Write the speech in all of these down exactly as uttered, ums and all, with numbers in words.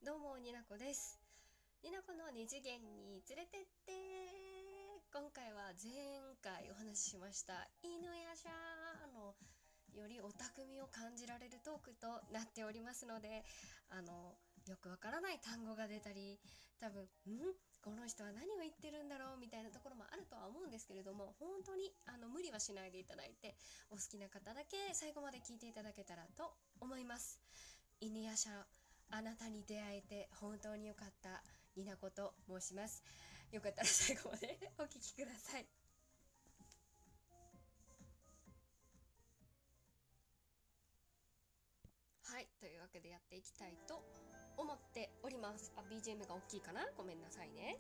どうもになこです。になこの二次元に連れてって。今回は前回お話ししました犬やしゃーのよりオタクみを感じられるトークとなっておりますので、あのよくわからない単語が出たり、多分んこの人は何を言ってるんだろうみたいなところもあるとは思うんですけれども、本当にあの無理はしないでいただいて、お好きな方だけ最後まで聞いていただけたらと思います。犬やしゃ、あなたに出会えて本当に良かったになこと申します。よかったら最後までお聞きください。はい、というわけでやっていきたいと思っております。あ、ビージーエム が大きいかな、ごめんなさいね。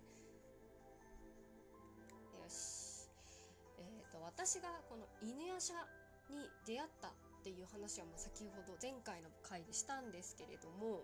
よし。えっ、ー、と私がこの犬夜叉に出会ったっていう話はもう先ほど前回の回でしたんですけれども、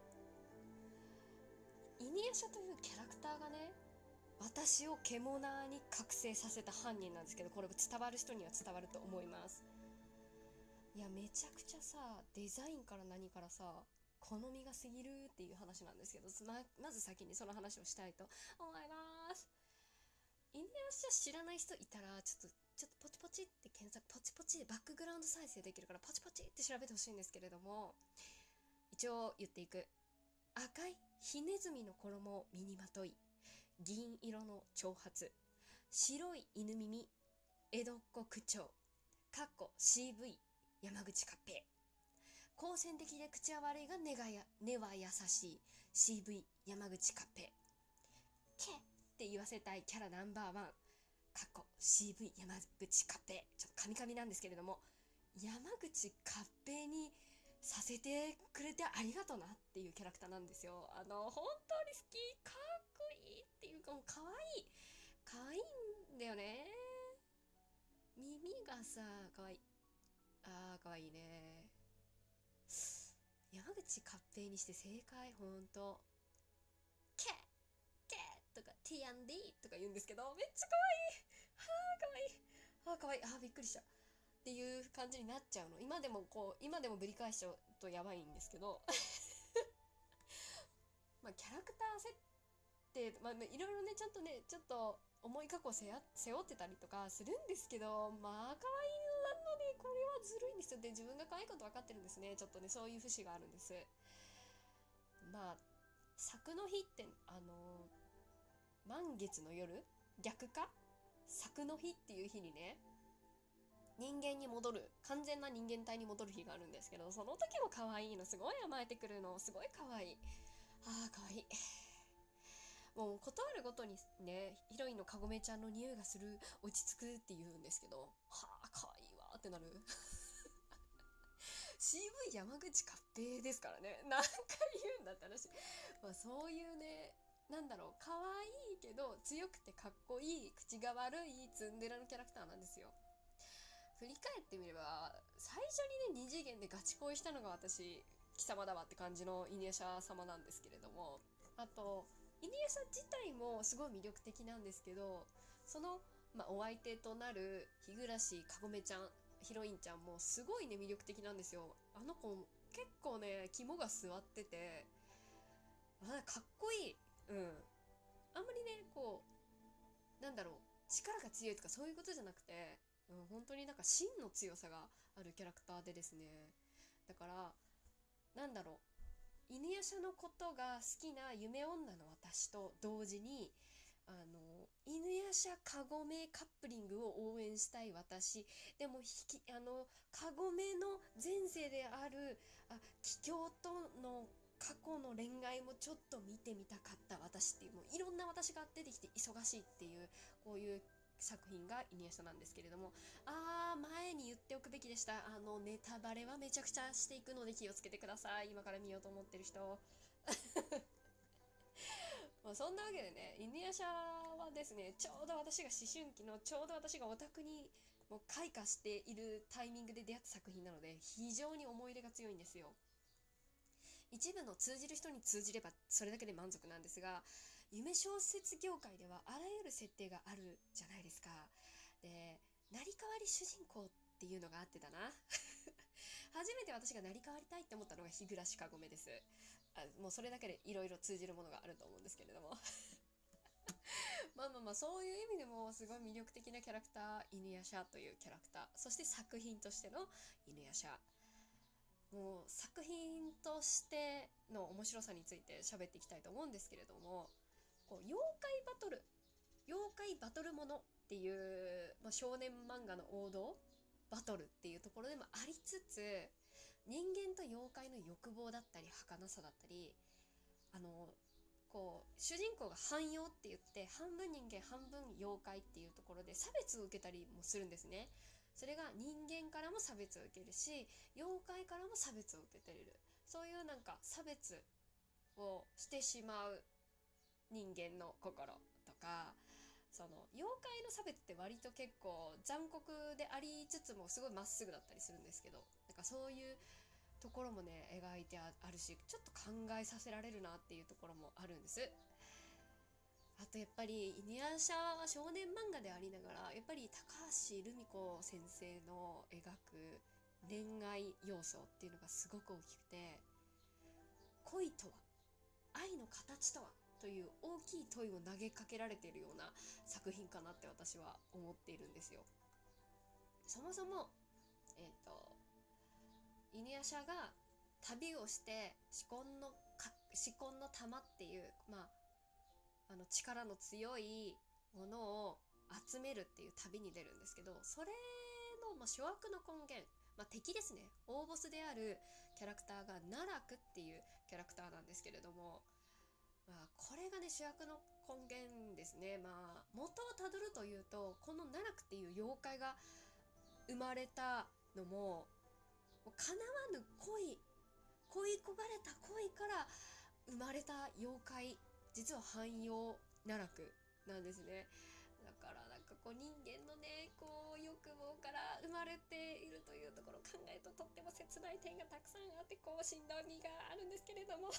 犬夜叉というキャラクターがね、私を獣に覚醒させた犯人なんですけど、これ伝わる人には伝わると思います。いや、めちゃくちゃさ、デザインから何からさ、好みが過ぎるっていう話なんですけど、ままず先にその話をしたいと思います。犬夜叉知らない人いたら、ちょっとちょっとポチポチって検索、ポチポチでバックグラウンド再生できるからポチポチって調べてほしいんですけれども、一応言っていく。赤いヒネズミの衣を身にまとい、銀色の長髪、白い犬耳、江戸っ子区長、かっこ シーブイ 山口勝平。好戦的で口は悪いが根がや根は優しい シーブイ 山口勝平。けって言わせたいキャラナンバーワン、かっこ シーブイ 山口勝平。ちょっとカミカミなんですけれども、山口勝平にさせてくれてありがとなっていうキャラクターなんですよ。あの本当に好き、かっこいいっていうか、もう可愛い可愛いんだよね。耳がさ、可愛い。あー可愛いね。山口勝平にして正解。ほんとケッケッとか ティーアンドディー とか言うんですけど、めっちゃ可愛い。はあ可愛い。あー可愛い。あーびっくりしたっていう感じになっちゃうの。今でもこう今でもぶり返しちゃうとやばいんですけどまあキャラクター設定、まあいろいろね、ちゃんとね、ちょっと重い過去を背背負ってたりとかするんですけど、まあ可愛いのなので、これはずるいんですよ。で、自分が可愛いこと分かってるんですね。ちょっとね、そういう節があるんです。まあ作の日ってあの満月の夜、逆か、作の日っていう日にね、人間に戻る、完全な人間体に戻る日があるんですけど、その時も可愛いの、すごい甘えてくるの、すごい可愛い。ああ可愛い。もう断るごとにね、ヒロインのかごめちゃんの匂いがする、落ち着くって言うんですけど、はあ可愛いわってなる。シーブイ 山口勝平ですからね、何回言うんだって話。まあそういうね、なんだろう、可愛いけど強くてかっこいい、口が悪いツンデレのキャラクターなんですよ。振り返ってみれば、最初にね、二次元でガチ恋したのが私、貴様だわって感じのイニエシャ様なんですけれども、あとイニエシャ自体もすごい魅力的なんですけど、その、まあ、お相手となる日暮かごめちゃん、ヒロインちゃんもすごいね、魅力的なんですよ。あの子結構ね、肝が据わってて、あ、かっこいい。うん。あんまりね、こうなんだろう、力が強いとかそういうことじゃなくて、うん、本当になんか芯の強さがあるキャラクターでですね。だからなんだろう、犬夜叉のことが好きな夢女の私と同時に、あの犬夜叉カゴメカップリングを応援したい私でも、引きあのカゴメの前世であるあ桔梗との過去の恋愛もちょっと見てみたかった私っていう、もういろんな私が出てきて忙しいっていう、こういう作品がイニエスタなんですけれども、あー前に言っておくべきでした。あのネタバレはめちゃくちゃしていくので気をつけてください、今から見ようと思ってる人。まあそんなわけでね、イニエシャはですね、ちょうど私が思春期の、ちょうど私がオタクにもう開花しているタイミングで出会った作品なので、非常に思い入れが強いんですよ。一部の通じる人に通じればそれだけで満足なんですが、夢小説業界ではあらゆる設定があるじゃないですか。で、成り代わり主人公っていうのがあってだな。初めて私が成り代わりたいって思ったのが日暮かごめです。 あもうそれだけでいろいろ通じるものがあると思うんですけれどもまあまあまあそういう意味でもすごい魅力的なキャラクター、犬夜叉というキャラクター、そして作品としての犬夜叉、もう作品としての面白さについて喋っていきたいと思うんですけれども、こう妖怪バトル妖怪バトルものっていう、まあ、少年漫画の王道バトルっていうところでもありつつ、人間と妖怪の欲望だったり儚さだったり、あのこう主人公が汎用って言って半分人間半分妖怪っていうところで差別を受けたりもするんですね。それが人間からも差別を受けるし、妖怪からも差別を受けている、そういうなんか差別をしてしまう人間の心とか、その妖怪の差別って割と結構残酷でありつつもすごいまっすぐだったりするんですけど、なんかそういうところもね描いてあるし、ちょっと考えさせられるなっていうところもあるんです。あとやっぱり犬夜叉は少年漫画でありながら、やっぱり高橋留美子先生の描く恋愛要素っていうのがすごく大きくて、恋とは、愛の形とはという大きい問いを投げかけられているような作品かなって私は思っているんですよ。そもそも、えっと、犬夜叉が旅をして四魂のか四魂の玉っていう、まあ、あの力の強いものを集めるっていう旅に出るんですけど、それの、まあ、諸悪の根源、まあ、敵ですね、大ボスであるキャラクターが奈落っていうキャラクターなんですけれども、まあ、これがね主役の根源ですね。まあ元をたどるというと、この奈落っていう妖怪が生まれたのも、もう叶わぬ恋恋焦がれた恋から生まれた妖怪、実は汎用奈落なんですね。だからなんかこう人間のねこう欲望から生まれているというところを考えると、とっても切ない点がたくさんあって、こうしんどみがあるんですけれども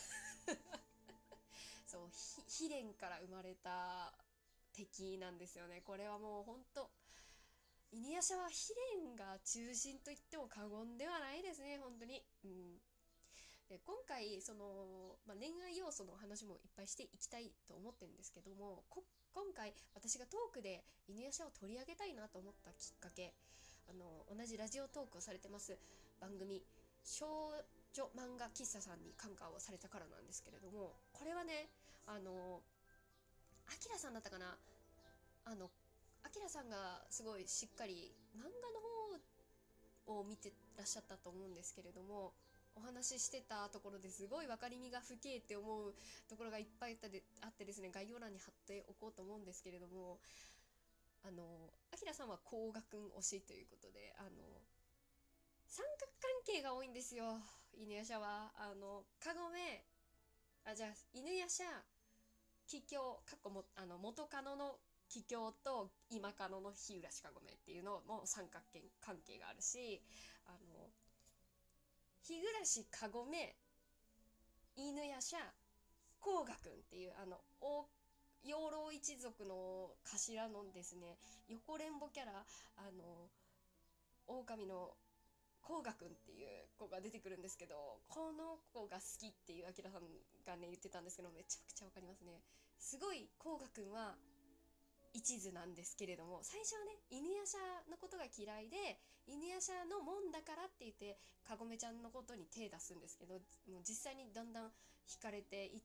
そう悲恋から生まれた敵なんですよね。これはもう本当、犬夜叉は悲恋が中心と言っても過言ではないですね、本当に。うん、で今回その、まあ、恋愛要素の話もいっぱいしていきたいと思ってるんですけども、こ今回私がトークで犬夜叉を取り上げたいなと思ったきっかけ、あの同じラジオトークをされてます番組少女漫画喫茶さんに感化をされたからなんですけれども、これはね、あのアキラさんだったかな、あのアキラさんがすごいしっかり漫画の方を見てらっしゃったと思うんですけれども、お話ししてたところですごい分かりみが不敬って思うところがいっぱいあってですね、概要欄に貼っておこうと思うんですけれども、あのアキラさんは甲賀くん推しということで、あの三角関係が多いんですよ、犬夜叉は。あのカゴメ、あじゃあ犬夜叉、桔梗かっこもあの元カノの桔梗と今カノの日浦鹿込っていうのも三角関係があるし、あの日暮かごめ、犬夜叉、甲賀くんっていうあの養老一族の頭のですね、横連ボキャラ、あの狼の甲賀くんっていう子が出てくるんですけど、この子が好きっていうあきらさんがね言ってたんですけど、めちゃくちゃわかりますね。すごい甲賀くんは一途なんですけれども、最初はね犬夜叉のことが嫌いで、犬夜叉のもんだからって言ってかごめちゃんのことに手出すんですけど、もう実際にだんだん惹かれていって、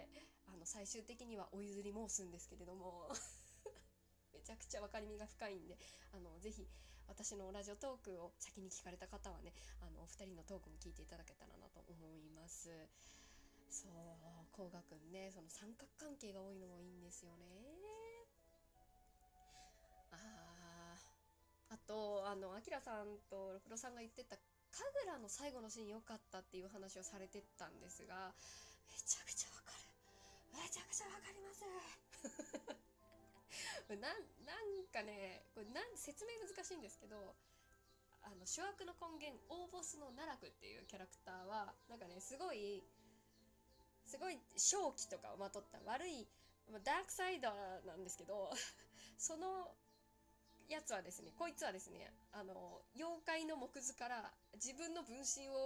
あの最終的にはお譲り申すんですけれどもめちゃくちゃ分かりみが深いんで、あのぜひ私のラジオトークを先に聞かれた方はね、あのお二人のトークも聞いていただけたらなと思います。そう、甲賀くんね、その三角関係が多いのもいいんですよね。あーあと、あの、アキラさんと六郎さんが言ってた、神楽の最後のシーン良かったっていう話をされてたんですが、めちゃくちゃわかる。めちゃくちゃわかりますなんなんかね、これなん説明難しいんですけど、あの諸悪の根源大ボスの奈落っていうキャラクターはなんかね、すごいすごい正気とかをまとった悪いダークサイダーなんですけどそのやつはですね、こいつはですね、あの妖怪の木図から自分の分身を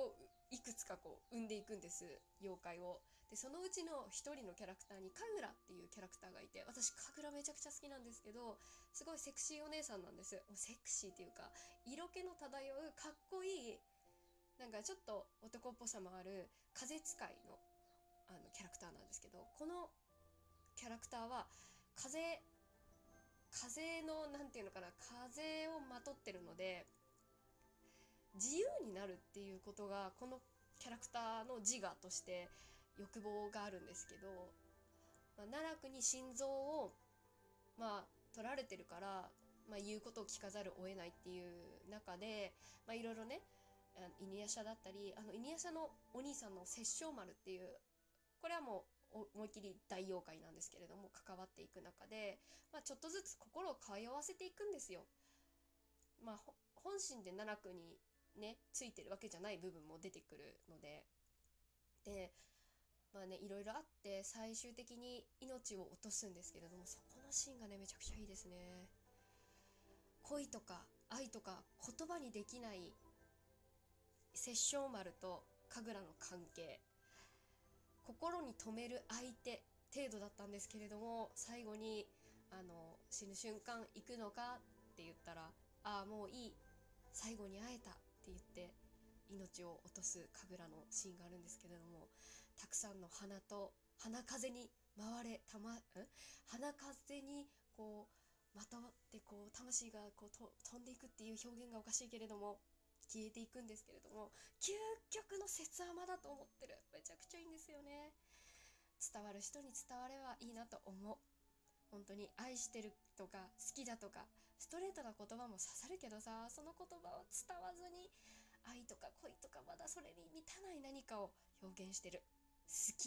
いくつかこう生んでいくんです、妖怪を。でそのうちの一人のキャラクターに神楽っていうキャラクターがいて、私神楽めちゃくちゃ好きなんですけど、すごいセクシーお姉さんなんです。もうセクシーっていうか色気の漂うかっこいい、なんかちょっと男っぽさもある風使いのあのキャラクターなんですけど、このキャラクターは風風のなんていうのかな、風をまとってるので自由になるっていうことがこのキャラクターの自我として欲望があるんですけど、まあ、奈落に心臓をまあ取られてるから、まあ、言うことを聞かざるを得ないっていう中で、まあ、いろいろね、イニヤシャだったり、あのイニヤシャのお兄さんの殺生丸っていう、これはもう思いっきり大妖怪なんですけれども、関わっていく中で、まあ、ちょっとずつ心を通わせていくんですよ。まあ、本心で奈落にねついてるわけじゃない部分も出てくるので、でまあね、いろいろあって最終的に命を落とすんですけれども、そこのシーンがねめちゃくちゃいいですね。恋とか愛とか言葉にできない殺生丸と神楽の関係、心に留める相手程度だったんですけれども、最後にあの死ぬ瞬間行くのかって言ったら、ああもういい、最後に会えたって言って命を落とす神楽のシーンがあるんですけれども、たくさんの花と花風に回れたまん花風にこうまとってこう魂がこうと飛んでいくっていう表現がおかしいけれども消えていくんですけれども、究極の切甘だと思ってる。めちゃくちゃいいんですよね。伝わる人に伝わればいいなと思う。本当に愛してるとか好きだとかストレートな言葉も刺さるけどさ、その言葉を伝わずに愛とか恋とかまだそれに満たない何かを表現してる。好き